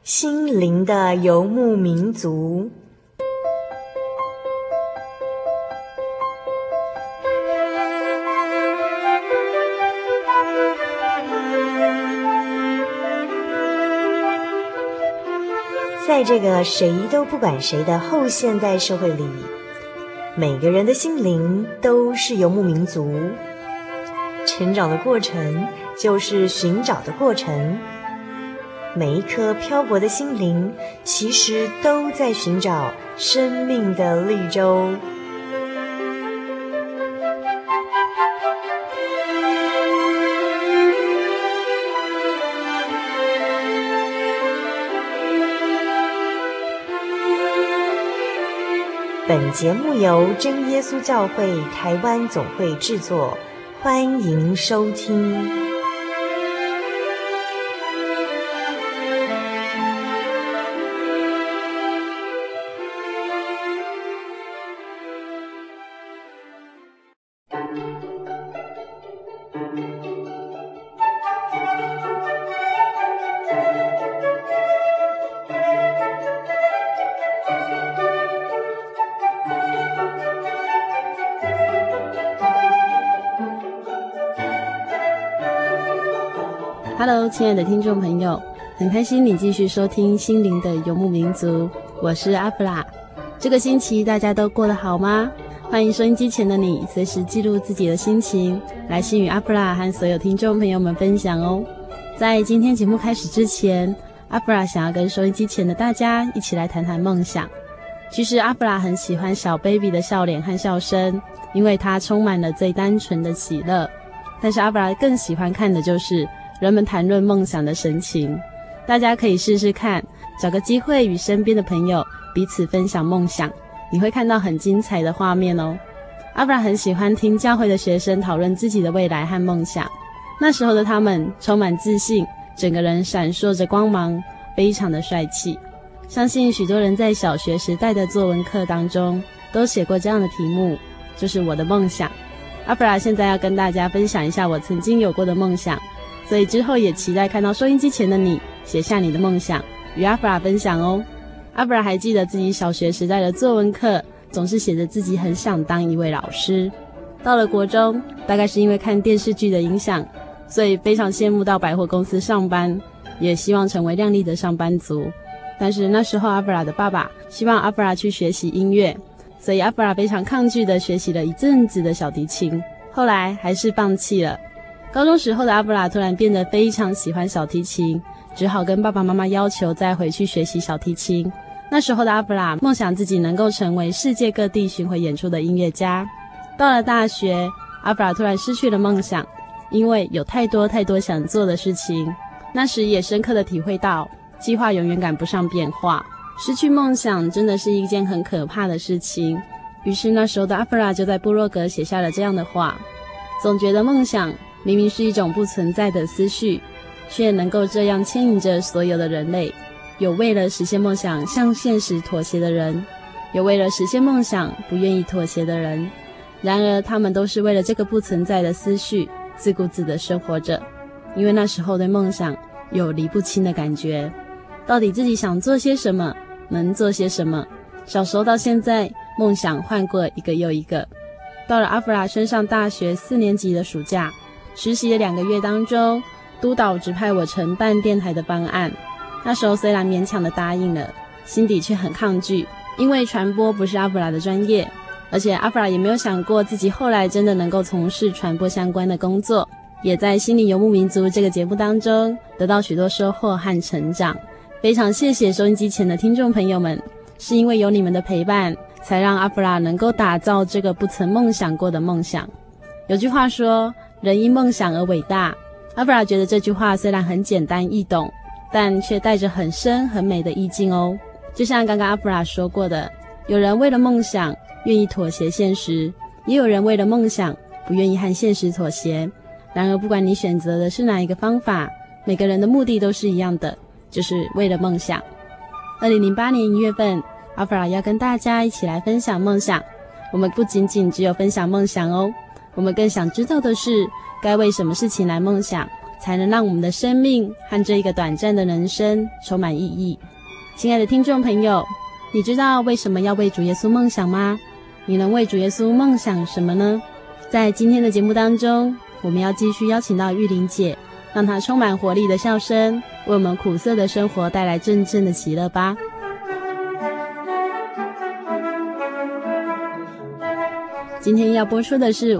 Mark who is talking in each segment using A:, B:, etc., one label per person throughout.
A: 心灵的游牧民族。在这个谁都不管谁的后现代社会里，每个人的心灵都是游牧民族。成长的过程就是寻找的过程，每一颗漂泊的心灵其实都在寻找生命的绿洲。本节目由真耶稣教会台湾总会制作，欢迎收听。
B: Hello， 亲爱的听众朋友，很开心你继续收听心灵的游牧民族，我是阿弗拉。这个星期大家都过得好吗？欢迎收音机前的你随时记录自己的心情，来信与阿弗拉和所有听众朋友们分享哦。在今天节目开始之前，阿弗拉想要跟收音机前的大家一起来谈谈梦想。其实阿弗拉很喜欢小 baby 的笑脸和笑声，因为它充满了最单纯的喜乐。但是阿弗拉更喜欢看的就是人们谈论梦想的神情。大家可以试试看，找个机会与身边的朋友彼此分享梦想，你会看到很精彩的画面哦。阿弗拉很喜欢听教会的学生讨论自己的未来和梦想，那时候的他们充满自信，整个人闪烁着光芒，非常的帅气。相信许多人在小学时代的作文课当中都写过这样的题目，就是我的梦想。阿弗拉现在要跟大家分享一下我曾经有过的梦想，所以之后也期待看到收音机前的你写下你的梦想，与阿弗拉分享哦。阿弗拉还记得自己小学时代的作文课，总是写着自己很想当一位老师。到了国中，大概是因为看电视剧的影响，所以非常羡慕到百货公司上班，也希望成为亮丽的上班族。但是那时候阿弗拉的爸爸希望阿弗拉去学习音乐，所以阿弗拉非常抗拒的学习了一阵子的小提琴，后来还是放弃了。高中时候的阿弗拉突然变得非常喜欢小提琴，只好跟爸爸妈妈要求再回去学习小提琴。那时候的阿弗拉梦想自己能够成为世界各地巡回演出的音乐家。到了大学，阿弗拉突然失去了梦想，因为有太多想做的事情。那时也深刻的体会到计划永远赶不上变化，失去梦想真的是一件很可怕的事情。于是那时候的阿弗拉就在部落格写下了这样的话：总觉得梦想明明是一种不存在的思绪，却能够这样牵引着所有的人类。有为了实现梦想向现实妥协的人，有为了实现梦想不愿意妥协的人，然而他们都是为了这个不存在的思绪自顾自地生活着。因为那时候对梦想有离不清的感觉，到底自己想做些什么，能做些什么。小时候到现在，梦想换过一个又一个。到了阿弗拉升上大学4年级的暑假，实习的2个月当中，督导指派我承办电台的方案。那时候虽然勉强的答应了，心底却很抗拒，因为传播不是阿弗拉的专业，而且阿弗拉也没有想过自己后来真的能够从事传播相关的工作，也在心灵游牧民族这个节目当中得到许多收获和成长。非常谢谢收音机前的听众朋友们，是因为有你们的陪伴，才让阿弗拉能够打造这个不曾梦想过的梦想。有句话说，人因梦想而伟大。阿弗拉觉得这句话虽然很简单易懂，但却带着很深很美的意境哦。就像刚刚阿弗拉说过的，有人为了梦想愿意妥协现实，也有人为了梦想不愿意和现实妥协。然而不管你选择的是哪一个方法，每个人的目的都是一样的，就是为了梦想。2008年1月份，阿弗拉要跟大家一起来分享梦想。我们不仅仅只有分享梦想哦，我们更想知道的是该为什么事情来梦想， 才能让我们的生命和这一个短暂的人生充满意义。亲爱的听众朋友，你知道为什么要为主耶稣梦想吗？你能为主耶稣梦想什么呢？在今天的节目当中，我们要继续邀请到玉玲姐，让她充满活力的笑声为我们苦涩的生活带来真正的喜乐吧。今天要播出的是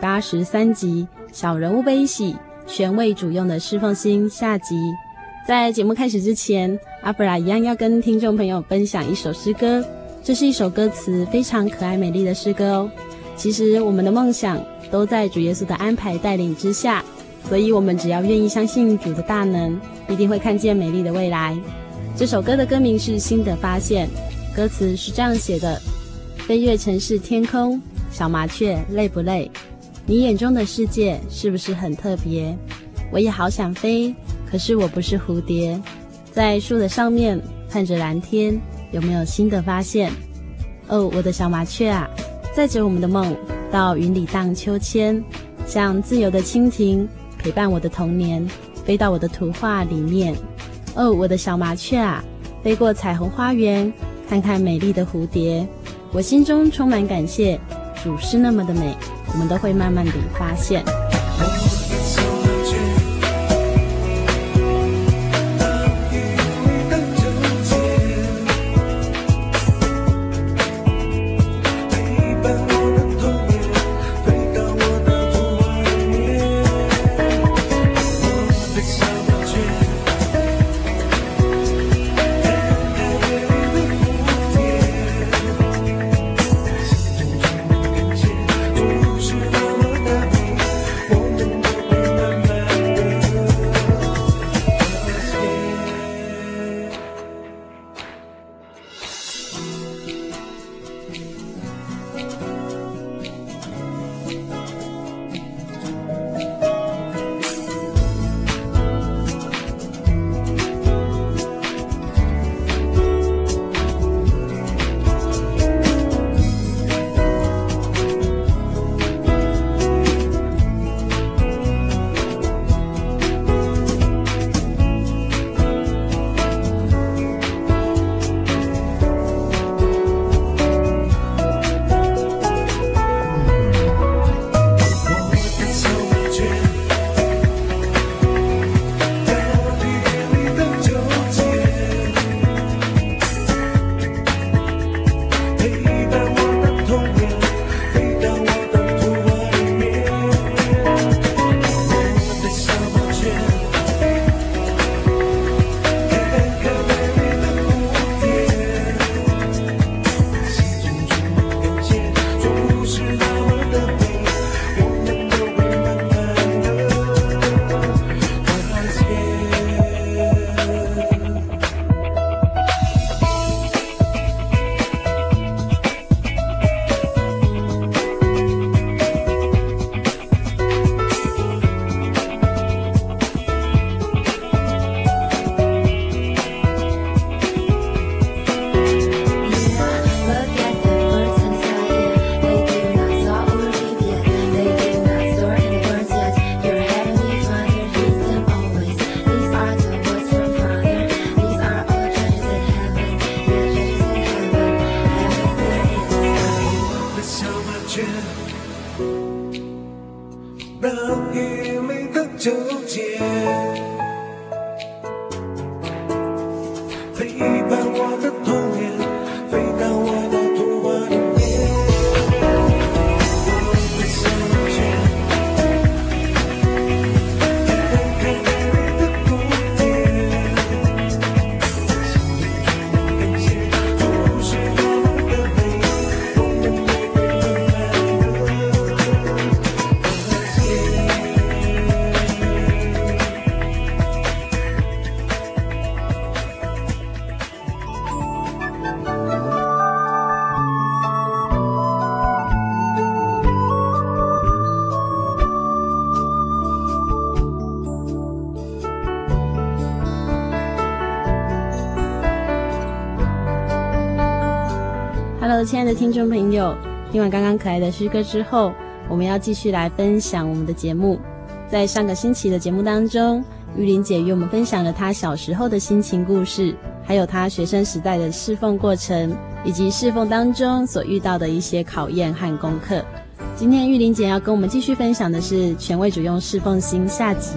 B: 583集小人物悲喜全为主用的侍奉心下集。在节目开始之前，阿弗拉一样要跟听众朋友分享一首诗歌，这是一首歌词非常可爱美丽的诗歌哦。其实我们的梦想都在主耶稣的安排带领之下，所以我们只要愿意相信主的大能，一定会看见美丽的未来。这首歌的歌名是新的发现，歌词是这样写的：飞越城市天空，小麻雀累不累？你眼中的世界是不是很特别？我也好想飞，可是我不是蝴蝶，在树的上面看着蓝天，有没有新的发现？哦，我的小麻雀啊，载着我们的梦到云里荡秋千，像自由的蜻蜓陪伴我的童年，飞到我的图画里面。哦，我的小麻雀啊，飞过彩虹花园，看看美丽的蝴蝶。我心中充满感谢，主是那么的美，我们都会慢慢地发现。Hello， 亲爱的听众朋友，听完刚刚可爱的诗歌之后，我们要继续来分享我们的节目。 在上个星期的节目当中，玉玲姐与我们分享了她小时候的心情故事，还有她学生时代的侍奉过程，以及侍奉当中所遇到的一些考验和功课。今天玉玲姐要跟我们继续分享的是全为主用侍奉心下集。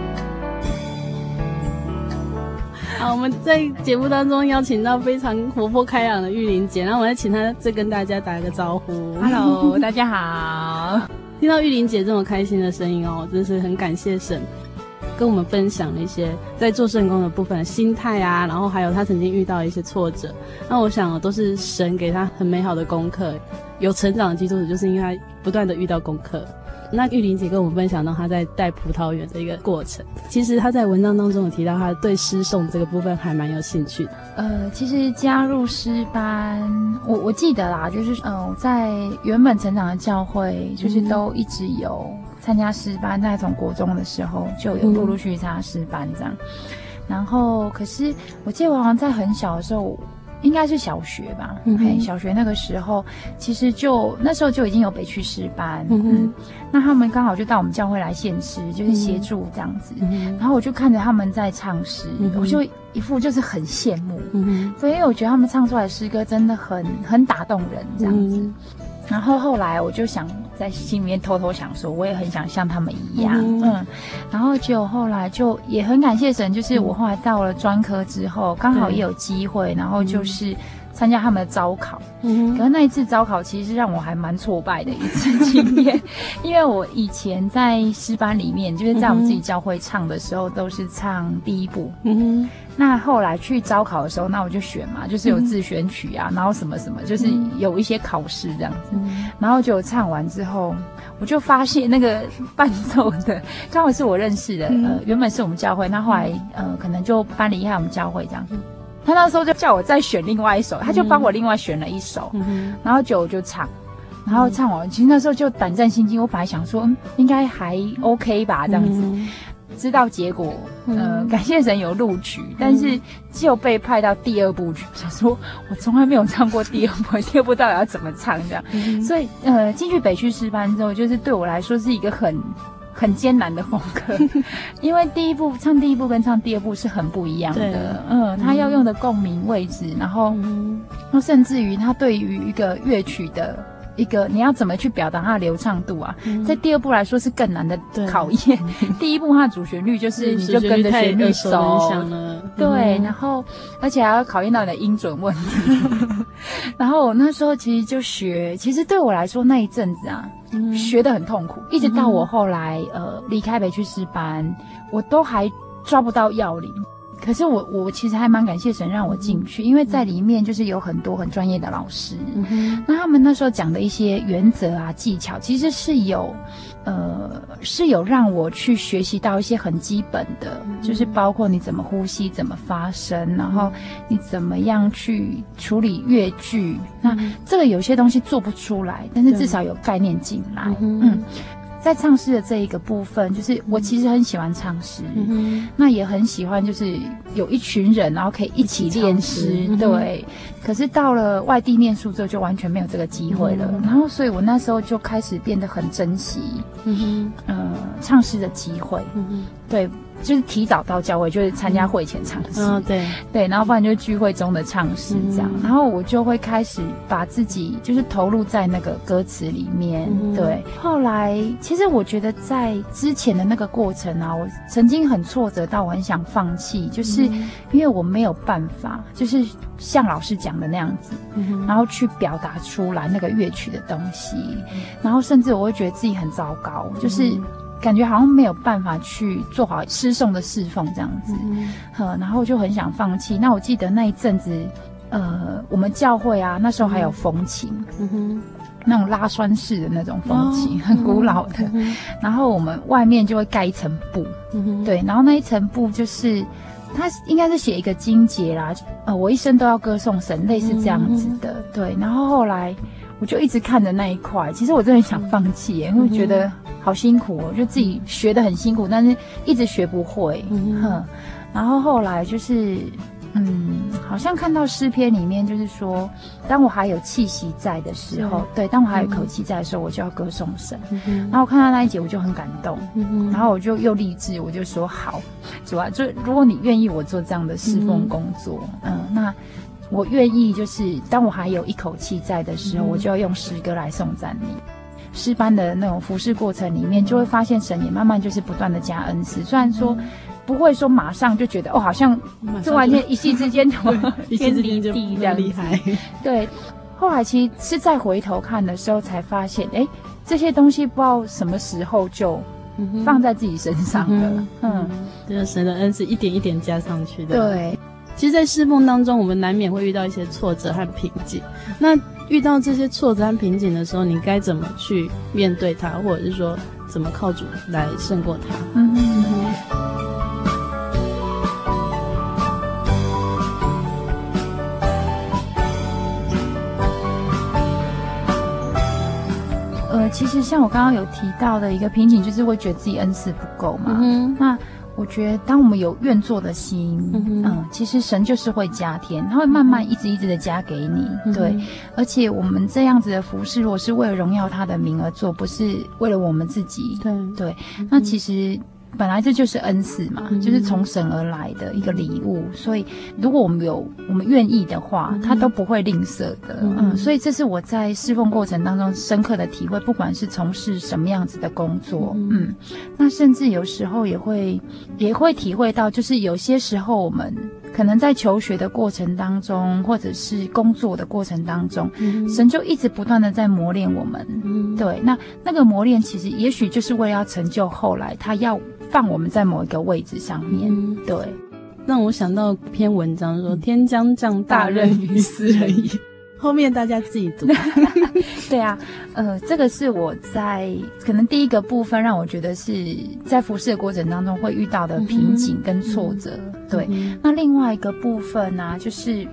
B: 好，我们在节目当中邀请到非常活泼开朗的玉玲姐，然后我再请她再跟大家打个招呼。
C: Hello， 大家好。
B: 听到玉玲姐这么开心的声音哦，真是很感谢神，跟我们分享了一些在做圣工的部分的心态啊，然后还有她曾经遇到一些挫折。那我想都是神给她很美好的功课，有成长的基础就是因为她不断的遇到功课。那玉玲姐跟我们分享到她在带葡萄园的一个过程，其实她在文章当中有提到她对诗颂这个部分还蛮有兴趣的。
C: 其实加入诗班，我记得啦，就是在原本成长的教会，就是都一直有参加诗班，在从国中的时候就有陆陆续续参加诗班这样。然后，可是我记得我好像在很小的时候。应该是小学吧，小学那个时候，其实那时候就已经有北区诗班，那他们刚好就到我们教会来献诗，就是协助这样子，然后我就看着他们在唱诗，我就一副就是很羡慕，所以因为我觉得他们唱出来的诗歌真的很打动人这样子。然后后来我就想在心里面偷偷想说，我也很想像他们一样，然后结果后来就也很感谢神，就是我后来到了专科之后，刚好也有机会，然后就是参加他们的招考，可是那一次招考其实让我还蛮挫败的一次经验，因为我以前在诗班里面，就是在我们自己教会唱的时候，都是唱第一部，那后来去招考的时候，那我就选嘛，就是有自选曲啊，然后什么什么，就是有一些考试这样子，然后就唱完之后，我就发现那个伴奏的刚好是我认识的，原本是我们教会，那后来可能就搬离开我们教会这样。他那时候就叫我再选另外一首，他就帮我另外选了一首，然后我就唱，然后唱完，其实那时候就胆战心惊，我本来想说，应该还 OK 吧这样子。知道结果，感谢神有录取，但是就被派到第二部去，想说我从来没有唱过第二部，第二部到底要怎么唱这样，所以进去北区诗班之后，就是对我来说是一个很艰难的功课，因为唱第一部跟唱第二部是很不一样的，他要用的共鸣位置，然后甚至于他对于一个乐曲的一个你要怎么去表达它的流畅度啊，在第二部来说是更难的考验。第一部它的主旋律就是你就跟着旋律走，对，然后而且还要考验到你的音准问题。然后我那时候其实就学，其实对我来说那一阵子啊，学得很痛苦，一直到我后来离开北区诗班，我都还抓不到要领。可是我其实还蛮感谢神让我进去，因为在里面就是有很多很专业的老师，那他们那时候讲的一些原则啊技巧，其实是有让我去学习到一些很基本的，就是包括你怎么呼吸，怎么发声，然后你怎么样去处理乐句。那这个有些东西做不出来，但是至少有概念进来。在唱诗的这一个部分，就是我其实很喜欢唱诗，那也很喜欢就是有一群人然后可以一起练诗，对。可是到了外地念书之后就完全没有这个机会了，然后所以我那时候就开始变得很珍惜唱诗的机会，对，就是提早到教会，就是参加会前唱诗，对，然后不然就是聚会中的唱诗这样，然后我就会开始把自己就是投入在那个歌词里面，对。后来其实我觉得在之前的那个过程啊，我曾经很挫折到我很想放弃，就是因为我没有办法就是像老师讲的那样子，然后去表达出来那个乐曲的东西，然后甚至我会觉得自己很糟糕，就是感觉好像没有办法去做好诗颂的侍奉这样子，然后就很想放弃。那我记得那一阵子，我们教会啊，那时候还有风琴，那种拉栓式的那种风琴，很古老的。然后我们外面就会盖一层布，对，然后那一层布就是它应该是写一个经节啦，我一生都要歌颂神，类似这样子的，对。然后后来我就一直看着那一块，其实我真的很想放弃耶，因为觉得好辛苦哦，就自己学得很辛苦，但是一直学不会，然后后来就是好像看到诗篇里面就是说，当我还有气息在的时候，对，当我还有口气在的时候，我就要歌颂神。然后我看到那一节我就很感动，然后我就又立志，我就说好，主啊，就如果你愿意我做这样的侍奉工作，那我愿意，就是当我还有一口气在的时候，我就要用诗歌来颂赞你。诗班的那种服事过程里面，就会发现神也慢慢就是不断的加恩赐，虽然说不会说马上就觉得好像突然间一夕之间天离地这样厉害。对，后来其实是再回头看的时候才发现，这些东西不知道什么时候就放在自己身上了。
B: 这个神的恩是一点一点加上去的。
C: 对，
B: 其实在侍奉当中，我们难免会遇到一些挫折和瓶颈。那遇到这些挫折和瓶颈的时候，你该怎么去面对它，或者是说怎么靠主来胜过它？
C: 其实像我刚刚有提到的一个瓶颈，就是会觉得自己恩赐不够嘛。那我觉得当我们有愿做的心，其实神就是会加添，他会慢慢一直一直的加给你。对，而且我们这样子的服事，如果是为了荣耀他的名而做，不是为了我们自己。对，那其实本来这就是恩赐嘛，就是从神而来的一个礼物，所以如果我们愿意的话，他都不会吝啬的。所以这是我在侍奉过程当中深刻的体会，不管是从事什么样子的工作，那甚至有时候也会体会到，就是有些时候我们可能在求学的过程当中，或者是工作的过程当中，神就一直不断的在磨练我们。对，那个磨练其实也许就是为了要成就后来他要放我们在某一个位置上面。对，
B: 让我想到篇文章说，天将降大任于斯人也。后面大家自己读。
C: 对啊，这个是我在可能第一个部分让我觉得是在服事的过程当中会遇到的瓶颈跟挫折。对，那另外一个部分呢，就是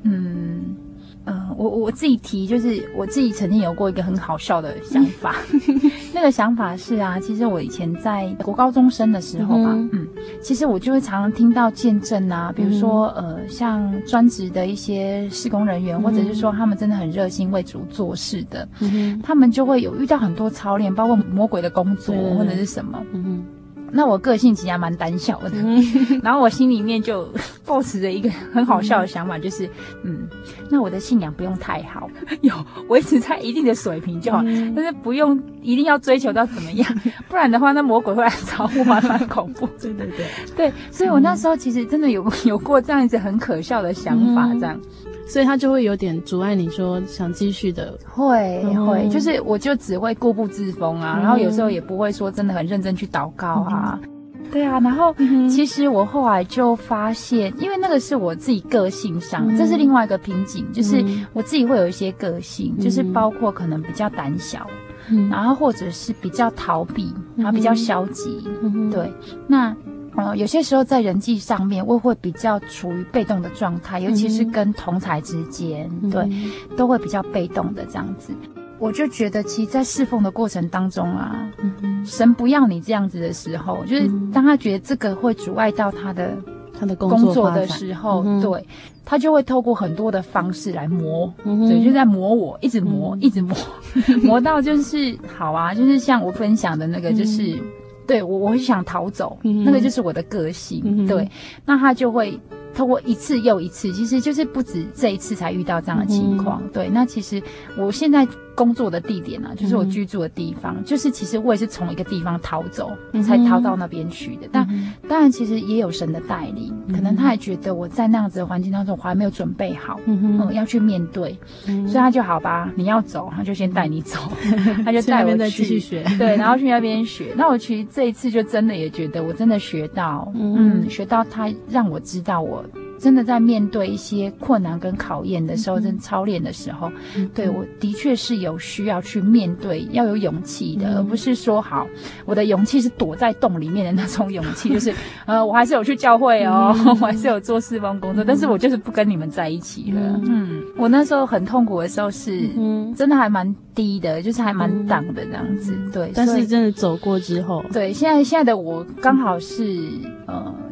C: 我自己提，就是我自己曾经有过一个很好笑的想法。那个想法是啊，其实我以前在国高中生的时候吧，其实我就会常常听到见证啊，比如说像专职的一些事工人员，或者是说他们真的很热心为主做事的，他们就会有遇到很多操练，包括魔鬼的工作或者是什么。那我个性其实还蛮胆小的，然后我心里面就抱持着一个很好笑的想法，就是那我的信仰不用太好，有维持在一定的水平就好，但是不用一定要追求到怎么样，不然的话那魔鬼会来找我，蛮恐怖。对，所以我那时候其实真的有过这样子很可笑的想法，这样。
B: 所以他就会有点阻碍你说想继续的。
C: 会，就是我就只会固步自封啊，然后有时候也不会说真的很认真去祷告啊。对啊，然后其实我后来就发现，因为那个是我自己个性上，这是另外一个瓶颈，就是我自己会有一些个性，就是包括可能比较胆小，然后或者是比较逃避，然后比较消极。对，那有些时候在人际上面我会比较处于被动的状态，尤其是跟同侪之间，对，都会比较被动的这样子。我就觉得其实在侍奉的过程当中啊，神不要你这样子的时候，就是当他觉得这个会阻碍到他的工作的时候，对，他就会透过很多的方式来磨，对，就在磨我，一直磨，磨到就是好啊，就是像我分享的那个，就是对我会想逃走，那个就是我的个性，对，那他就会透过一次又一次，其实就是不止这一次才遇到这样的情况，对，那其实我现在工作的地点啊，就是我居住的地方，就是其实我也是从一个地方逃走，才逃到那边去的。但当然，其实也有神的带领，可能他也觉得我在那样子的环境当中，我还没有准备好，要去面对，所以他就好吧，你要走，他就先带你走，他就带我去
B: 继续学，
C: 对，然后去那边学。那我其实这一次就真的也觉得我真的学到，学到他让我知道我真的在面对一些困难跟考验的时候，真操练的时候，对，我的确是有需要去面对，要有勇气的，而不是说好我的勇气是躲在洞里面的那种勇气，就是我还是有去教会哦，我还是有做侍奉工作，但是我就是不跟你们在一起了。我那时候很痛苦的时候是真的还蛮低的，就是还蛮挡的这样子，对。
B: 但是真的走过之后，
C: 对，现在的我刚好是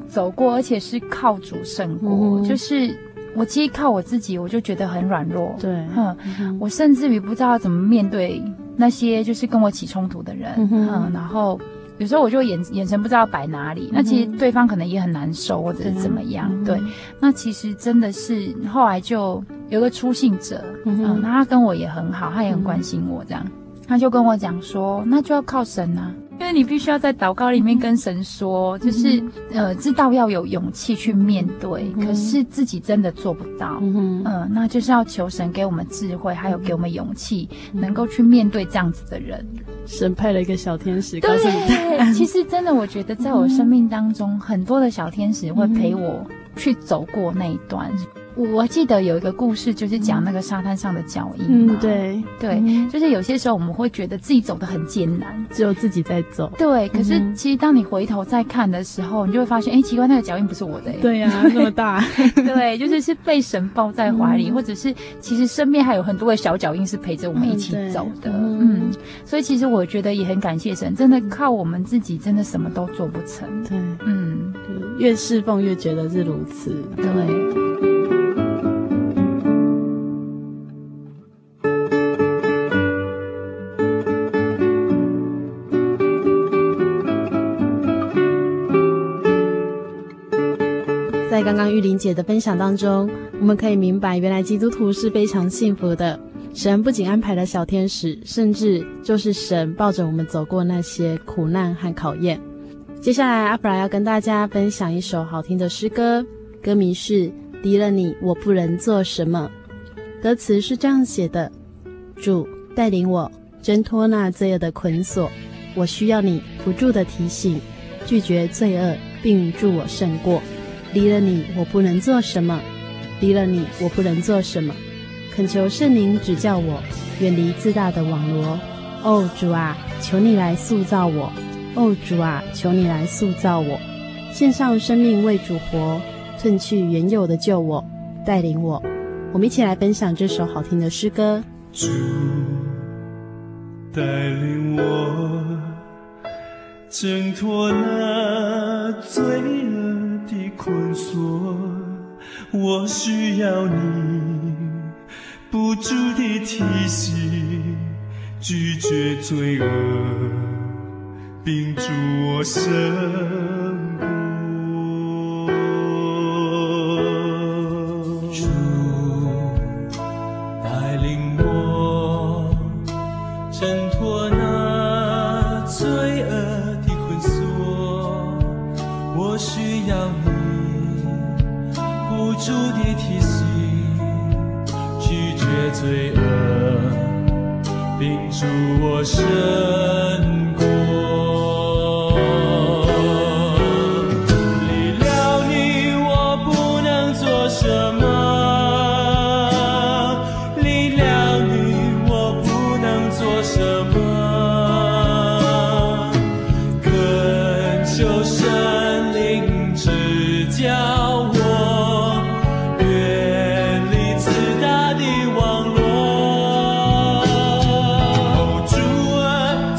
C: 走过，而且是靠主胜过，就是我其实靠我自己，我就觉得很软弱。
B: 对，
C: 我甚至于不知道怎么面对那些就是跟我起冲突的人，然后有时候我就眼神不知道摆哪里，那其实对方可能也很难受或者是怎么样。对，那其实真的是后来就有个初信者，那他跟我也很好，他也很关心我，这样他就跟我讲说，那就要靠神啊。因为你必须要在祷告里面跟神说，就是知道要有勇气去面对，可是自己真的做不到，那就是要求神给我们智慧，还有给我们勇气，能够去面对这样子的人。
B: 神派了一个小天使告诉你。
C: 对，其实真的我觉得在我生命当中，很多的小天使会陪我去走过那一段。我记得有一个故事，就是讲那个沙滩上的脚印嘛。
B: 对，
C: 就是有些时候我们会觉得自己走得很艰难，
B: 只有自己在走。
C: 对，可是其实当你回头再看的时候，你就会发现，奇怪，那个脚印不是我的。
B: 对呀，那么大。
C: 对，就是被神抱在怀里，或者是其实身边还有很多的小脚印是陪着我们一起走的。所以其实我觉得也很感谢神，真的靠我们自己真的什么都做不成。
B: 对，越侍奉越觉得是如此。
C: 对。
B: 在刚刚玉玲姐的分享当中，我们可以明白，原来基督徒是非常幸福的。神不仅安排了小天使，甚至就是神抱着我们走过那些苦难和考验。接下来阿弗拉要跟大家分享一首好听的诗歌，歌名是离了你我不能做什么。歌词是这样写的：主带领我挣脱那罪恶的捆锁，我需要你不住的提醒，拒绝罪恶并助我胜过。离了你我不能做什么，离了你我不能做什么。恳求圣灵指教我，远离自大的网罗。哦主啊，求你来塑造我，哦主啊，求你来塑造我。献上生命为主活，褪去原有的旧我，带领我。我们一起来分享这首好听的诗歌。
D: 主带领我挣脱那罪恶的捆锁，我需要你不住的提醒，拒绝罪恶并助我胜过。主带领我挣脱那罪恶的捆锁，我需要你不住的提醒，拒绝罪恶并助我胜过。离了你我不能做什么，离了你我不能做什么，恳求圣灵指教我，远离自大的网罗。哦主啊，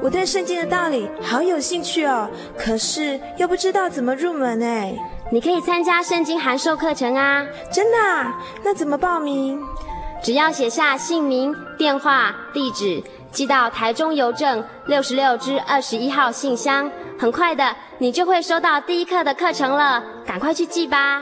E: 我对圣经的道理好有兴趣哦，可是又不知道怎么入门哎。
F: 你可以参加圣经函授课程啊。
E: 真的啊？那怎么报名？
F: 只要写下姓名、电话、地址，寄到台中邮政66支21号信箱，很快的你就会收到第一课的课程了，赶快去寄吧。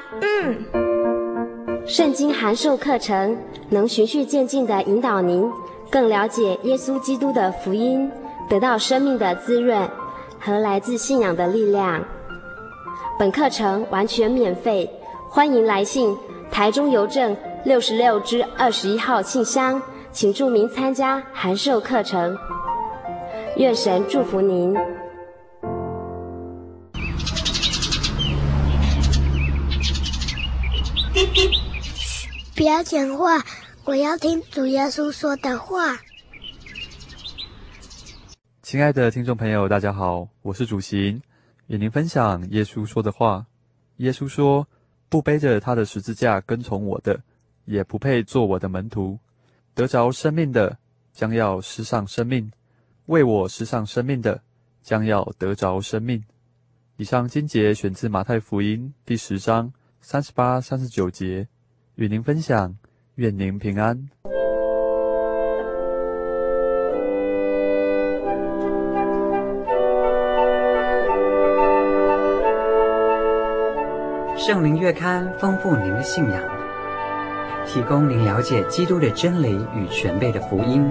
F: 圣经函授课程能循序渐进地引导您更了解耶稣基督的福音，得到生命的滋润和来自信仰的力量。本课程完全免费，欢迎来信台中邮政66支21号信箱，请注明参加函授课程。愿神祝福您。
G: 不要讲话，我要听主耶稣说的话。
H: 亲爱的听众朋友，大家好，我是主行，与您分享耶稣说的话。耶稣说，不背着他的十字架跟从我的，也不配做我的门徒。得着生命的，将要失丧生命；为我失丧生命的，将要得着生命。以上经节选自马太福音第10章38、39节，与您分享，愿您平安。
I: 圣灵月刊丰富您的信仰，提供您了解基督的真理与全备的福音。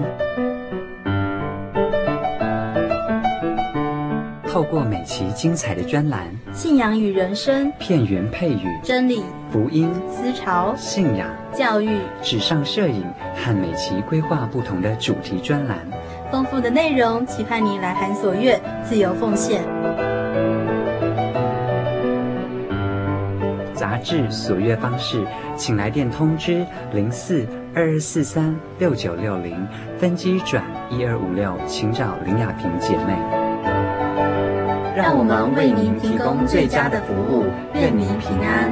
I: 透过每期精彩的专栏，
J: 信仰与人生，
I: 片源配语，
J: 真理、
I: 福音、
J: 思潮、
I: 信仰、
J: 教育、
I: 时尚摄影和每期规划不同的主题专栏，
J: 丰富的内容，期盼你来函所阅，自由奉献。
I: 杂志所阅方式，请来电通知04-2243-6960，分机转1256，请找林雅萍姐妹。
J: 让我们为您提供最佳的服务，愿您平安。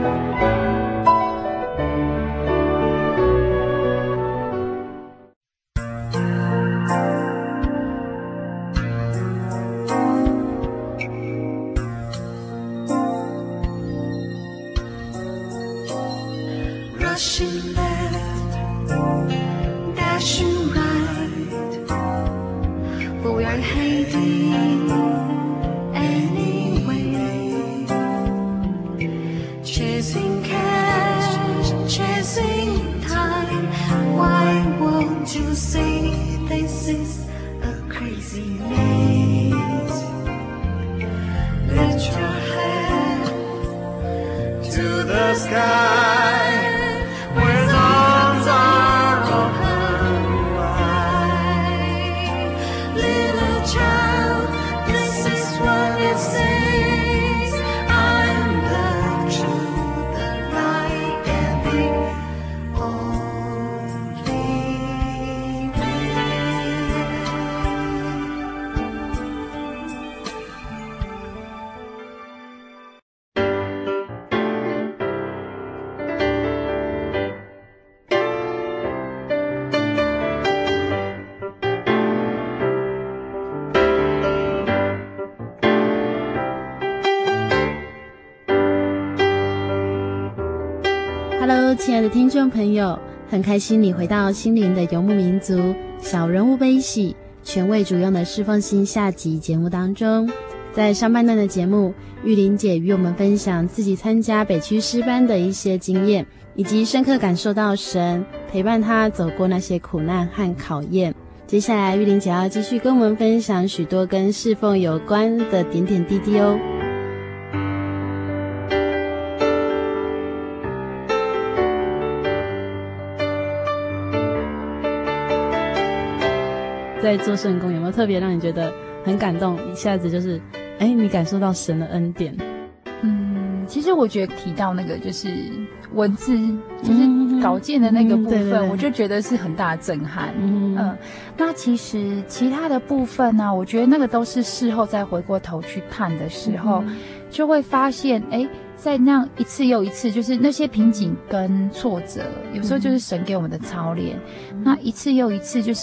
D: Rushing left, dashing right, but we're heading anyway. Chasing cash, chasing time. Why won't you say this is a crazy maze? Lift your head to the
B: Hello， 亲爱的听众朋友，很开心你回到心灵的游牧民族小人物悲喜全为主用的侍奉心下集节目当中。在上半段的节目，玉玲姐与我们分享自己参加北区诗班的一些经验，以及深刻感受到神陪伴她走过那些苦难和考验。接下来玉玲姐要继续跟我们分享许多跟侍奉有关的点点滴滴哦。在做圣工有没有特别让你觉得很感动，一下子就是你感受到神的恩典？
C: 其实我觉得提到那个就是文字，就是稿件的那个部分，对，我就觉得是很大的震撼。那其实其他的部分呢，我觉得那个都是事后再回过头去看的时候，就会发现在那样一次又一次，就是那些瓶颈跟挫折，有时候就是神给我们的操练。那一次又一次，就是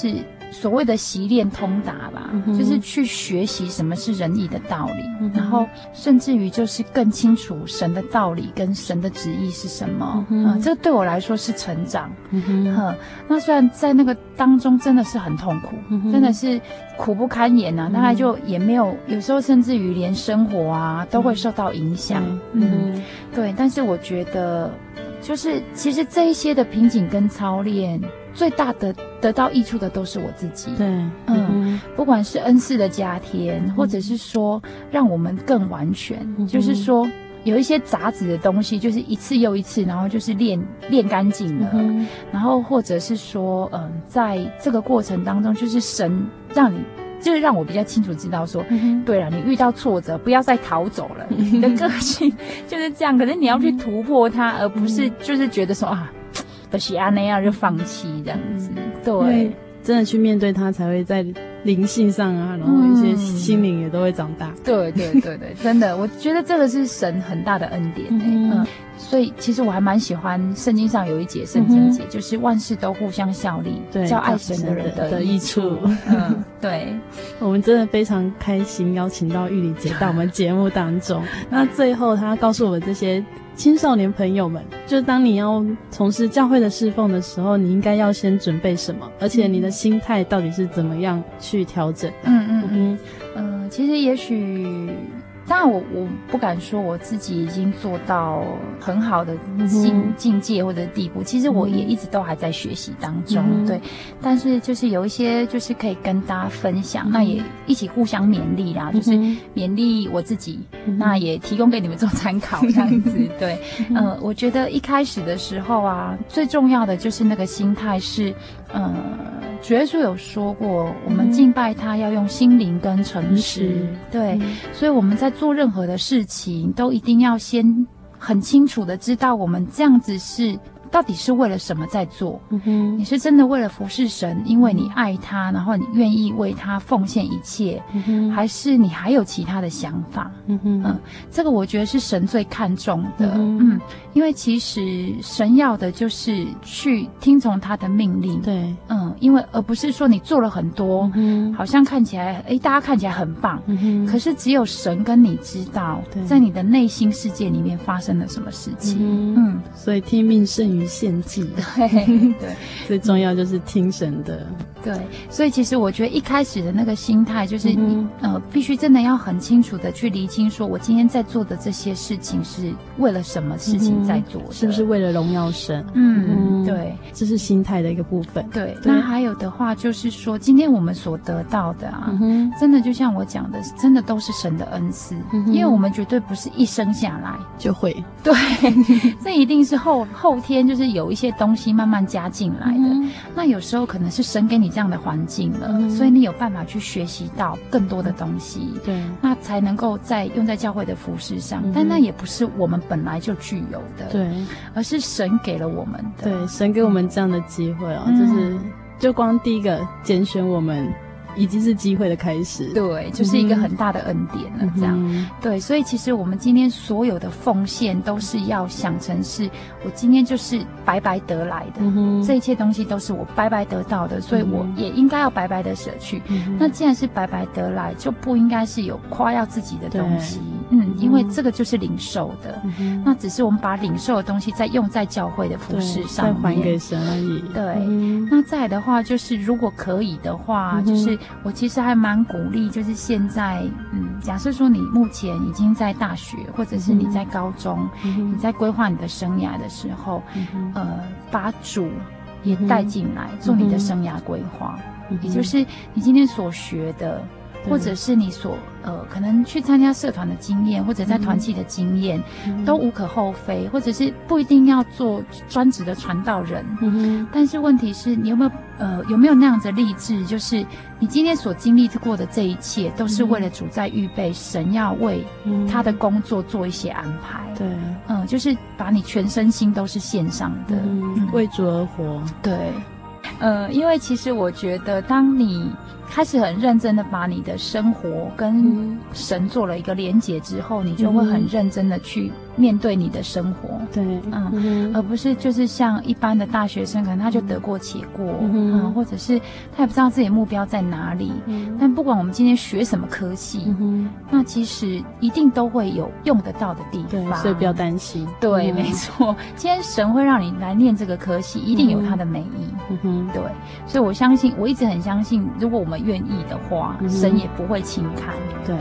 C: 所谓的习练通达吧，就是去学习什么是仁义的道理，然后甚至于就是更清楚神的道理跟神的旨意是什么。这对我来说是成长。那虽然在那个当中真的是很痛苦，真的是苦不堪言啊，大概就也没有，有时候甚至于连生活啊都会受到影响。对，但是我觉得就是其实这一些的瓶颈跟操练，最大的得到益处的都是我自己。
B: 对，
C: 不管是恩赐的加添，或者是说让我们更完全，就是说有一些杂质的东西，就是一次又一次，然后就是练干净了，然后或者是说，在这个过程当中，就是神让你。就是让我比较清楚知道说，对了，你遇到挫折不要再逃走了，你的个性就是这样，可是你要去突破它，而不是就是觉得说啊，不是啊那样就放弃这样子。对，
B: 真的去面对它，才会在灵性上啊，然后一些心灵也都会长大。
C: 对，真的，我觉得这个是神很大的恩典。所以其实我还蛮喜欢圣经上有一节圣经节，就是万事都互相效力，叫爱神的人得益处。对，
B: 我们真的非常开心邀请到玉里姐到我们节目当中。那最后她告诉我们这些青少年朋友们，就是当你要从事教会的侍奉的时候，你应该要先准备什么，而且你的心态到底是怎么样去调整的。
C: 其实也许当然我不敢说我自己已经做到很好的境界或者地步，其实我也一直都还在学习当中。对，但是就是有一些就是可以跟大家分享，那也一起互相勉励啦，就是勉励我自己，那也提供给你们做参考这样子。对，我觉得一开始的时候啊，最重要的就是那个心态是主耶稣有说过，我们敬拜他要用心灵跟诚实。对，所以我们在做任何的事情，都一定要先很清楚的知道，我们这样子是到底是为了什么在做。你是真的为了服侍神，因为你爱他，然后你愿意为他奉献一切，还是你还有其他的想法？这个我觉得是神最看重的。因为其实神要的就是去听从他的命令。
B: 对，
C: 因为而不是说你做了很多，好像看起来大家看起来很棒，可是只有神跟你知道，在你的内心世界里面发生了什么事情。
B: 所以听命胜于献祭。
C: 对，
B: 最重要就是听神的。
C: 对，所以其实我觉得一开始的那个心态就是你必须真的要很清楚的去厘清，说我今天在做的这些事情是为了什么事情在做的，
B: 是不是为了荣耀神？
C: 对，
B: 这是心态的一个部分。
C: 对，那还有的话就是说，今天我们所得到的啊，真的就像我讲的，真的都是神的恩赐，因为我们绝对不是一生下来
B: 就会。
C: 对，这一定是后天就是有一些东西慢慢加进来的。那有时候可能是神给你这样的环境了，所以你有办法去学习到更多的东西。
B: 对，
C: 那才能够再用在教会的服事上。但那也不是我们本来就具有的，
B: 对，
C: 而是神给了我们的。
B: 对，神给我们这样的机会就光第一个拣选我们，已经是机会的开始。
C: 对，就是一个很大的恩典了。这样，对，所以其实我们今天所有的奉献，都是要想成是我今天就是白白得来的，这一切东西都是我白白得到的，所以我也应该要白白的舍去。那既然是白白得来，就不应该是有夸耀自己的东西。因为这个就是领受的，那只是我们把领受的东西再用在教会的服事上面，
B: 再还给神而已。
C: 对，那再来的话，就是如果可以的话，就是我其实还蛮鼓励，就是现在，假设说你目前已经在大学，或者是你在高中，你在规划你的生涯的时候，把主也带进来，做你的生涯规划，也就是你今天所学的。或者是你所可能去参加社团的经验，或者在团契的经验，都无可厚非，或者是不一定要做专职的传道人。但是问题是你有没有那样子励志，就是你今天所经历过的这一切，都是为了主在预备，神要为他的工作做一些安排。
B: 对，
C: 就是把你全身心都是献上的，
B: 为主而活。
C: 对，因为其实我觉得，当你开始很认真的把你的生活跟神做了一个连结之后，你就会很认真的去面对你的生活，
B: 对，
C: 而不是就是像一般的大学生，可能他就得过且过，或者是他也不知道自己的目标在哪里。但不管我们今天学什么科系，那其实一定都会有用得到的地方，
B: 对，所以不要担心。
C: 对，没错，今天神会让你来念这个科系，一定有它的美意。对，所以我相信，我一直很相信，如果我们愿意的话，神也不会轻看。
B: 对，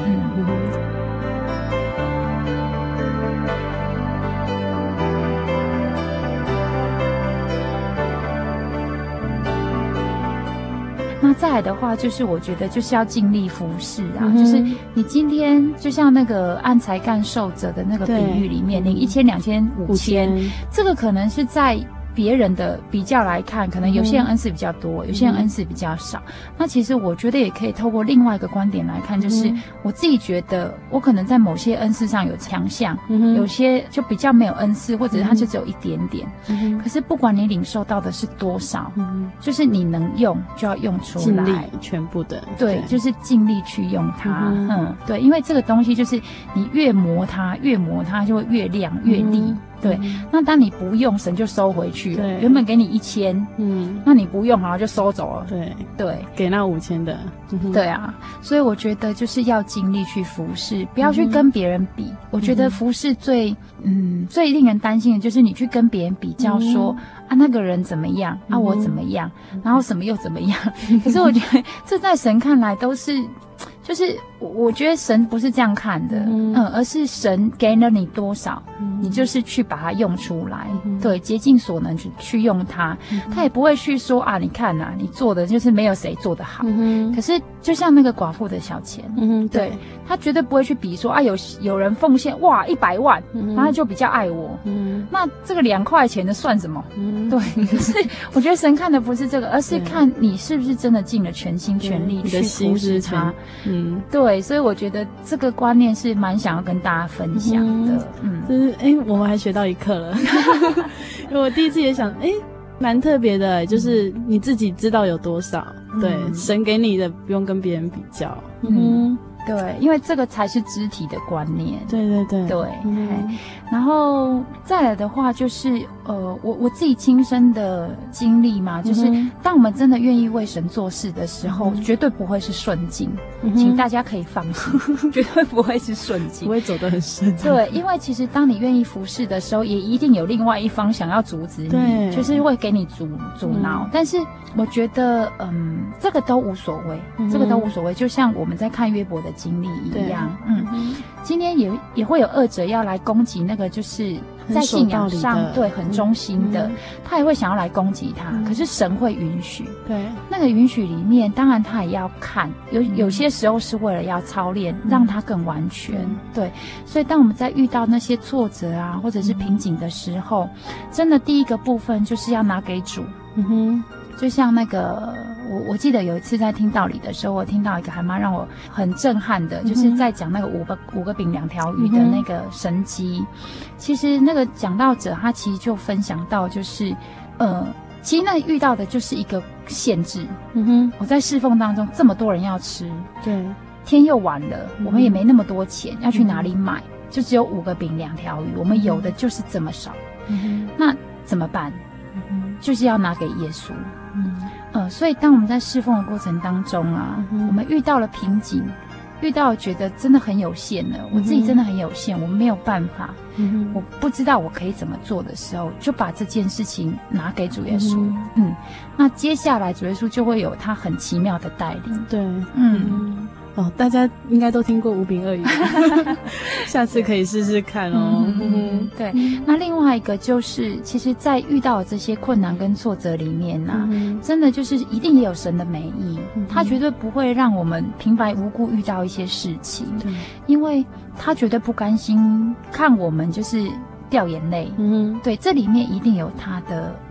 C: 那再来的话，就是我觉得就是要尽力服侍啊，就是你今天就像那个按才干受者的那个比喻里面，你1000、2000、5000，这个可能是在别人的比较来看，可能有些人恩赐比较多，有些人恩赐比较少。那其实我觉得也可以透过另外一个观点来看，就是我自己觉得我可能在某些恩赐上有强项，有些就比较没有恩赐，或者它就只有一点点。可是不管你领受到的是多少，就是你能用就要用出来，
B: 尽力全部的，
C: 对，就是尽力去用它。对，因为这个东西就是你越磨它就会越亮越利。对，那当你不用，神就收回去了。原本给你1000，那你不用，好像就收走了。对，
B: 给那5000的。
C: 对啊，所以我觉得就是要尽力去服侍，不要去跟别人比。我觉得服侍最令人担心的就是你去跟别人比较说啊那个人怎么样啊我怎么样，然后什么又怎么样。可是我觉得这在神看来都是。就是我觉得神不是这样看的，而是神给了你多少，你就是去把它用出来，对，竭尽所能去用它。他也不会去说啊，你看啊，你做的就是没有谁做得好。可是就像那个寡妇的小钱，对，他绝对不会去比说啊，有人奉献哇100万，然后就比较爱我，那这个2块钱的算什么？对，可是我觉得神看的不是这个，而是看你是不是真的尽了全心全力去服侍他。对，所以我觉得这个观念是蛮想要跟大家分享的。
B: 就是我们还学到一课了。因为我第一次也想，蛮特别的，就是你自己知道有多少，对，神给你的不用跟别人比较。
C: 对，因为这个才是肢体的观念。
B: 对。
C: 然后再来的话，就是我自己亲身的经历嘛，就是当我们真的愿意为神做事的时候，绝对不会是顺境，请大家可以放心，绝对不会是顺境，
B: 不会走得很顺。
C: 对，因为其实当你愿意服侍的时候，也一定有另外一方想要阻止你，就是会给你阻挠。但是我觉得，这个都无所谓，这个都无所谓。就像我们在看约伯的经历一样，今天也会有恶者要来攻击那个就是在信仰上对很忠心的，他也会想要来攻击他，可是神会允许。
B: 对，
C: 那个允许里面，当然他也要看，有些时候是为了要操练，让他更完全。对，所以当我们在遇到那些挫折啊，或者是瓶颈的时候，真的第一个部分就是要拿给主。就像那个我记得有一次在听道理的时候，我听到一个还蛮让我很震撼的，就是在讲那个五个饼2条鱼的那个神迹。其实那个讲道者他其实就分享到，就是其实那遇到的就是一个限制。我在侍奉当中这么多人要吃，
B: 对，
C: 天又晚了，我们也没那么多钱，要去哪里买？就只有5个饼2条鱼，我们有的就是这么少。那怎么办？就是要拿给耶稣。所以当我们在侍奉的过程当中啊，我们遇到了瓶颈，遇到觉得真的很有限了，我自己真的很有限，我没有办法，我不知道我可以怎么做的时候，就把这件事情拿给主耶稣。那接下来主耶稣就会有他很奇妙的带领。
B: 对，大家应该都听过5饼2鱼，下次可以试试看哦。
C: 对，那另外一个就是，其实，在遇到这些困难跟挫折里面呢，真的就是一定也有神的美意，他绝对不会让我们平白无故遇到一些事情，因为他绝对不甘心看我们就是掉眼泪。对，这里面一定有他的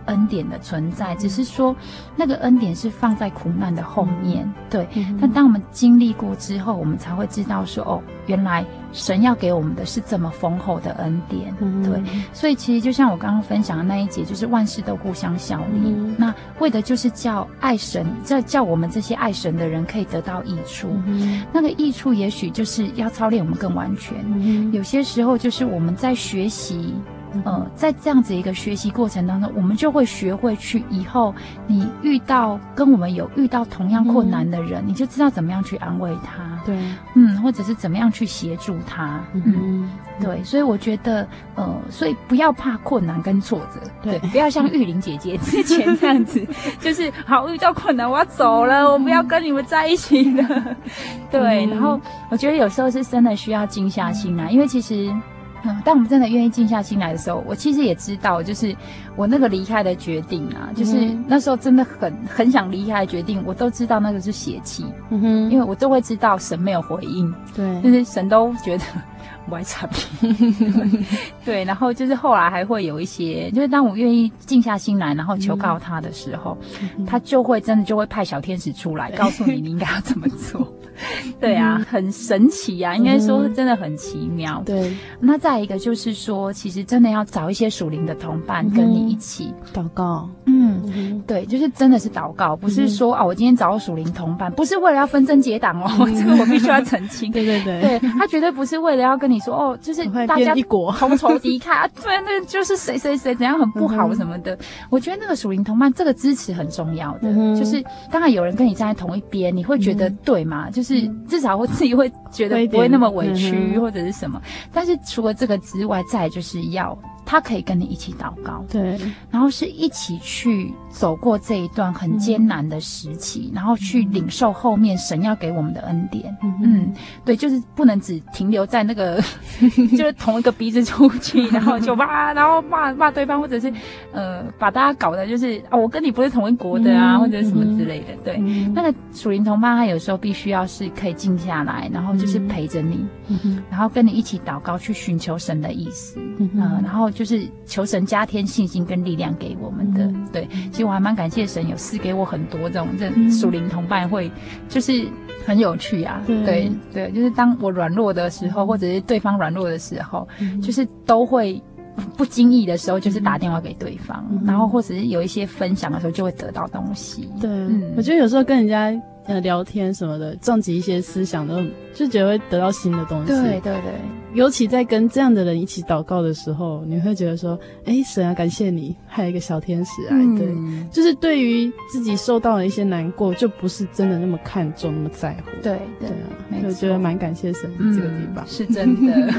C: 恩典的存在，只是说那个恩典是放在苦难的后面，对。但当我们经历过之后，我们才会知道说，哦，原来神要给我们的是这么丰厚的恩典，对。所以其实就像我刚刚分享的那一节，就是万事都互相效力，那为的就是叫爱神，叫我们这些爱神的人可以得到益处。那个益处也许就是要操练我们更完全，有些时候就是我们在学习。在这样子一个学习过程当中，我们就会学会去以后你遇到跟我们有遇到同样困难的人，你就知道怎么样去安慰他，
B: 对，
C: 或者是怎么样去协助他，对，所以我觉得所以不要怕困难跟挫折，对，不要像玉玲姐姐之前这样子，就是好遇到困难我要走了，我不要跟你们在一起了，对，然后我觉得有时候是真的需要静下心来，因为其实。当我们真的愿意静下心来的时候，我其实也知道，就是我那个离开的决定啊，就是那时候真的很想离开的决定，我都知道那个是血气，因为我都会知道神没有回应，对，就是神都觉得我还差对，然后就是后来还会有一些，就是当我愿意静下心来，然后求告他的时候，他就会真的就会派小天使出来，告诉你应该要怎么做。对啊，很神奇啊，应该说是真的很奇妙。对，那再一个就是说，其实真的要找一些属灵的同伴跟你一起
B: 祷告。
C: 对，就是真的是祷告，不是说我今天找到属灵同伴，不是为了要分贞结党哦，这个我必须要澄清。对，他绝对不是为了要跟你说就是大家同仇敌忾，对，那就是谁怎样很不好什么的。我觉得那个属灵同伴这个支持很重要的，就是当然有人跟你站在同一边，你会觉得对嘛，就是至少我自己会觉得不会那么委屈或者是什么。但是除了这个之外，再来就是要他可以跟你一起祷告，对，然后是一起去走过这一段很艰难的时期，然后去领受后面神要给我们的恩典。对，就是不能只停留在那个就是同一个鼻子出气，然后就然后骂对方，或者是把大家搞得就是我跟你不是同一国的啊，或者什么之类的。对，那个属灵同伴他有时候必须要是可以静下来，然后就是陪着你，然后跟你一起祷告，去寻求神的意思，然后就是求神加添信心跟力量给我们的。对，其实我还蛮感谢神有赐给我很多这种属灵同伴，会就是很有趣啊。对，就是当我软弱的时候，或者是对方软弱的时候，就是都会不经意的时候就是打电话给对方，然后或者是有一些分享的时候就会得到东西。
B: 对，我觉得有时候跟人家聊天什么的，撞击一些思想的，就觉得会得到新的东西。对，尤其在跟这样的人一起祷告的时候，你会觉得说，神啊，感谢你派了一个小天使来。对，就是对于自己受到了一些难过，就不是真的那么看重，那么在乎。对啊，我觉得蛮感谢神这个地方，
C: 是真的。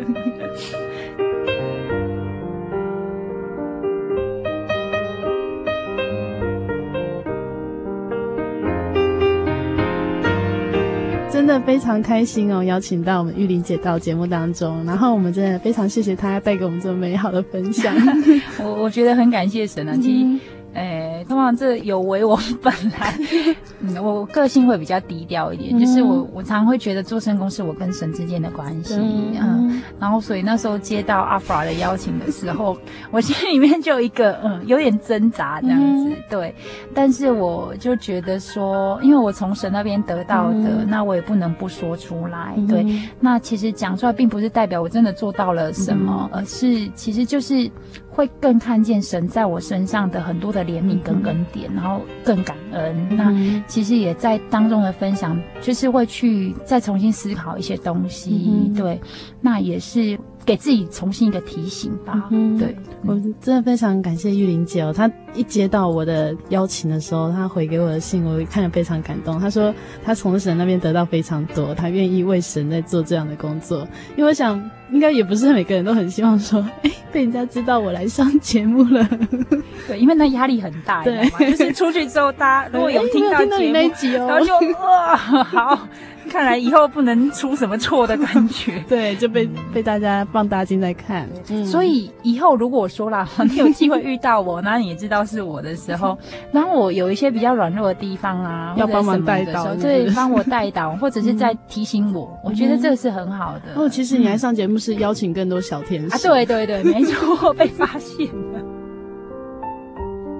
B: 真的非常开心哦，邀请到我们玉玲姐到节目当中，然后我们真的非常谢谢她带给我们这么美好的分享。
C: 我觉得很感谢神啊，其实通常这有违我本来我个性会比较低调一点，就是我常会觉得做圣工是我跟神之间的关系，然后所以那时候接到阿弗拉的邀请的时候，我心里面就有一个有点挣扎这样子。对，但是我就觉得说，因为我从神那边得到的，那我也不能不说出来。对，那其实讲出来并不是代表我真的做到了什么，而是其实就是会更看见神在我身上的很多的怜悯跟恩典，然后更感恩。那其实也在当中的分享，就是会去再重新思考一些东西。对，那也是给自己重新一个提醒吧。对，
B: 我真的非常感谢玉玲姐哦，她一接到我的邀请的时候，她回给我的信，我看了非常感动。她说她从神那边得到非常多，她愿意为神在做这样的工作。因为我想应该也不是每个人都很希望说被人家知道我来上节目了。
C: 对，因为那压力很大，对，就是出去之后大家如果有听到节目
B: 那一集哦，
C: 然后就好，看来以后不能出什么错的感觉。
B: 对，就被大家放大镜在看。
C: 所以以后如果我说啦，你有机会遇到我，那你也知道是我的时候，然后我有一些比较软弱的地方啊，
B: 要帮忙带导，
C: 对，帮我带导，或者是在提醒我，我觉得这个是很好的。
B: 其实你来上节目是邀请更多小天使
C: 啊，对，没错，被发现了。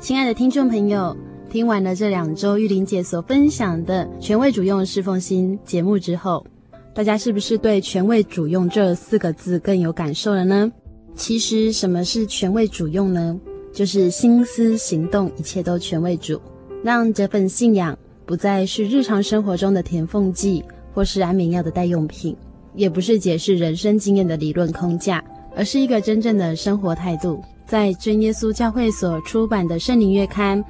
B: 亲爱的听众朋友，听完了这2周玉玲姐所分享的全为主用侍奉心节目之后，大家是不是对全为主用这4个字更有感受了呢？其实什么是全为主用呢？就是心思行动一切都全为主，让这份信仰不再是日常生活中的填缝剂或是安眠药的代用品，也不是解释人生经验的理论空架，而是一个真正的生活态度。在真耶稣教会所出版的圣灵月刊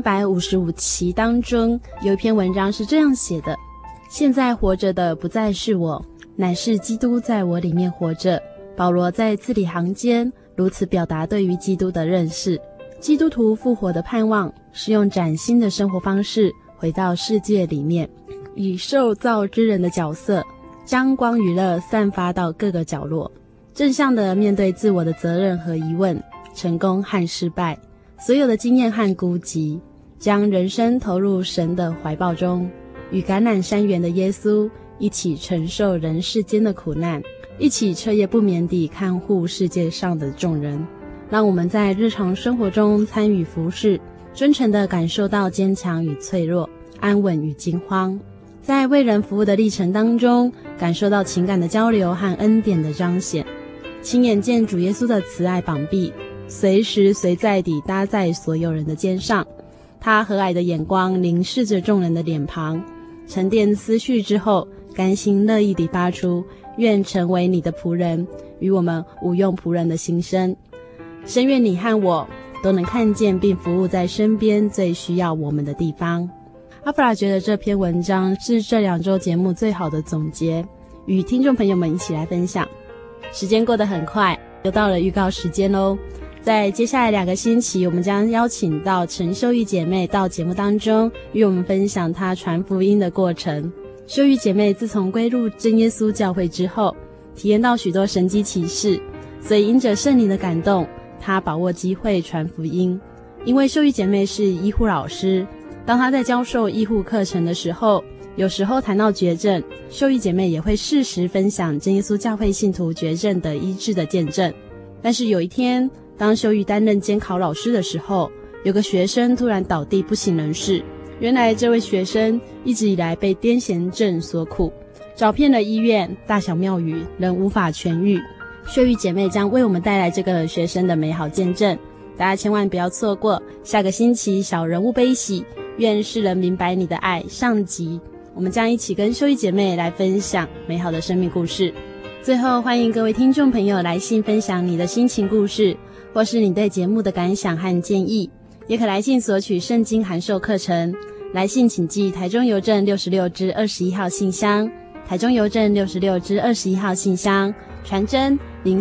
B: 355期当中，有一篇文章是这样写的：现在活着的不再是我，乃是基督在我里面活着。保罗在字里行间如此表达对于基督的认识。基督徒复活的盼望是用崭新的生活方式回到世界里面，以受造之人的角色，将光与热散发到各个角落，正向的面对自我的责任和疑问，成功和失败，所有的经验和孤寂，将人生投入神的怀抱中，与橄榄山园的耶稣一起承受人世间的苦难，一起彻夜不眠地看护世界上的众人。让我们在日常生活中参与服事，真诚地感受到坚强与脆弱，安稳与惊慌，在为人服务的历程当中，感受到情感的交流和恩典的彰显，亲眼见主耶稣的慈爱膀臂随时随在地搭在所有人的肩上，他和蔼的眼光凝视着众人的脸庞，沉淀思绪之后，甘心乐意地发出愿成为你的仆人，与我们无用仆人的心声。深愿你和我都能看见并服务在身边最需要我们的地方。阿弗拉觉得这篇文章是这2周节目最好的总结，与听众朋友们一起来分享。时间过得很快，又到了预告时间咯。在接下来2个星期，我们将邀请到陈秀玉姐妹到节目当中，与我们分享她传福音的过程。秀玉姐妹自从归入真耶稣教会之后，体验到许多神迹奇事，所以因着圣灵的感动，她把握机会传福音。因为秀玉姐妹是医护老师，当她在教授医护课程的时候，有时候谈到绝症，秀玉姐妹也会适时分享真耶稣教会信徒绝症的医治的见证。但是有一天，当秀玉担任监考老师的时候，有个学生突然倒地不省人事。原来这位学生一直以来被癫痫症所苦，找遍了医院大小庙宇，仍无法痊愈。秀玉姐妹将为我们带来这个学生的美好见证，大家千万不要错过。下个星期小人物悲喜，愿世人明白你的爱上集，我们将一起跟秀玉姐妹来分享美好的生命故事。最后欢迎各位听众朋友来信分享你的心情故事，或是你对节目的感想和建议，也可来信索取圣经函授课程。来信请寄台中邮政66支21号信箱，台中邮政66支21号信箱，传真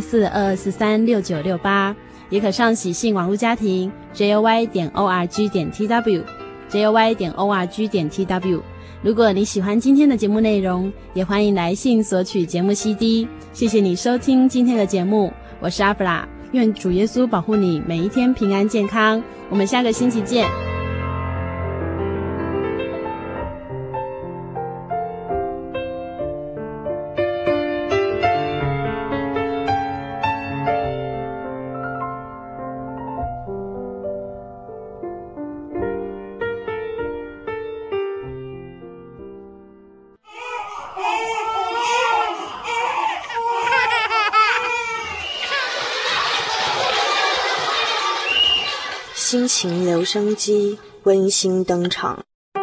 B: 0422436968，也可上喜信网络家庭 joy.org.tw joy.org.tw。 如果你喜欢今天的节目内容，也欢迎来信索取节目 CD。 谢谢你收听今天的节目，我是阿弗拉，愿主耶稣保护你每一天平安健康，我们下个星期见。
E: 心情留声机温馨登场。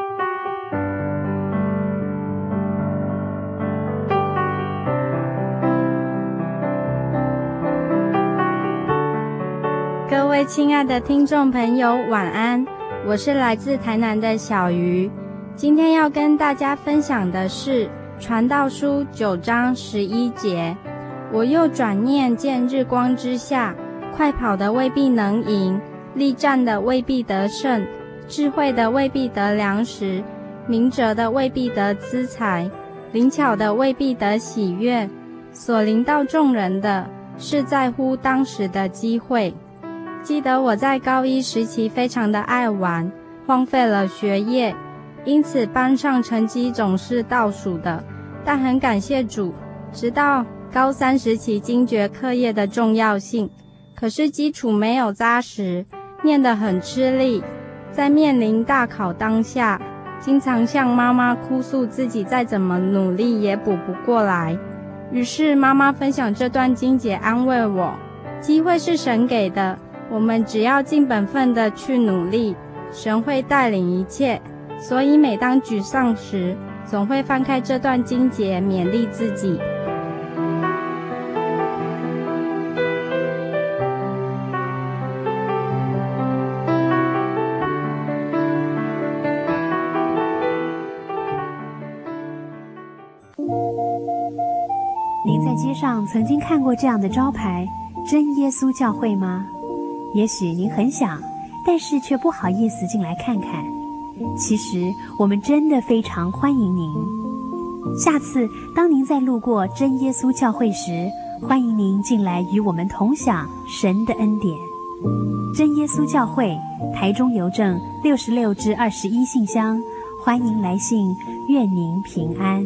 K: 各位亲爱的听众朋友，晚安，我是来自台南的小鱼。今天要跟大家分享的是传道书9章11节，我又转念见日光之下，快跑的未必能赢，力战的未必得胜，智慧的未必得粮食，明哲的未必得资财，灵巧的未必得喜悦，所临到众人的是在乎当时的机会。记得我在高一时期非常的爱玩，荒废了学业，因此班上成绩总是倒数的，但很感谢主，直到高3时期惊觉课业的重要性，可是基础没有扎实， 念得很吃力，在面临大考当下，经常向妈妈哭诉自己再怎么努力也补不过来。于是妈妈分享这段经节安慰我，机会是神给的，我们只要尽本分的去努力，神会带领一切。所以每当沮丧时，总会翻开这段经节勉励自己。
L: 您在街上曾经看过这样的招牌“真耶稣教会”吗？也许您很想，但是却不好意思进来看看。其实我们真的非常欢迎您。下次当您再路过真耶稣教会时，欢迎您进来与我们同享神的恩典。真耶稣教会，台中邮政66-21信箱，欢迎来信，愿您平安。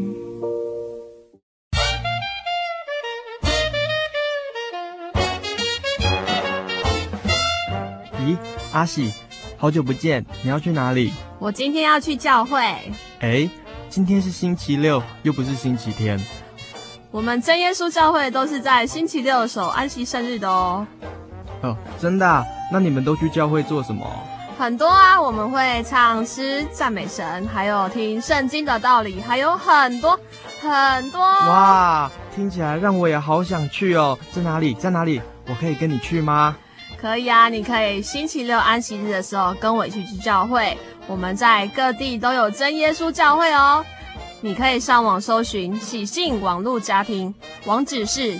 M: 咦，阿喜，好久不见，你要去哪里？
N: 我今天要去教会。
M: 今天是星期六，又不是星期天。
N: 我们真耶稣教会都是在星期六守安息圣日的哦。
M: 哦，真的啊？那你们都去教会做什么？
N: 很多啊，我们会唱诗赞美神，还有听圣经的道理，还有很多。
M: 哇，听起来让我也好想去哦。在哪里？我可以跟你去吗？
N: 可以啊，你可以星期六安息日的时候跟我一起去教会。我们在各地都有真耶稣教会哦。你可以上网搜寻喜信网络家庭，网址是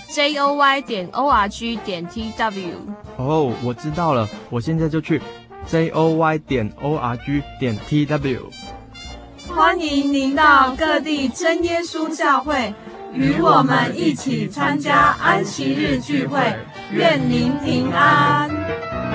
N: joy.org.tw。
M: 哦，我知道了，我现在就去 joy.org.tw。
O: 欢迎您到各地真耶稣教会，与我们一起参加安息日聚会，愿您平安。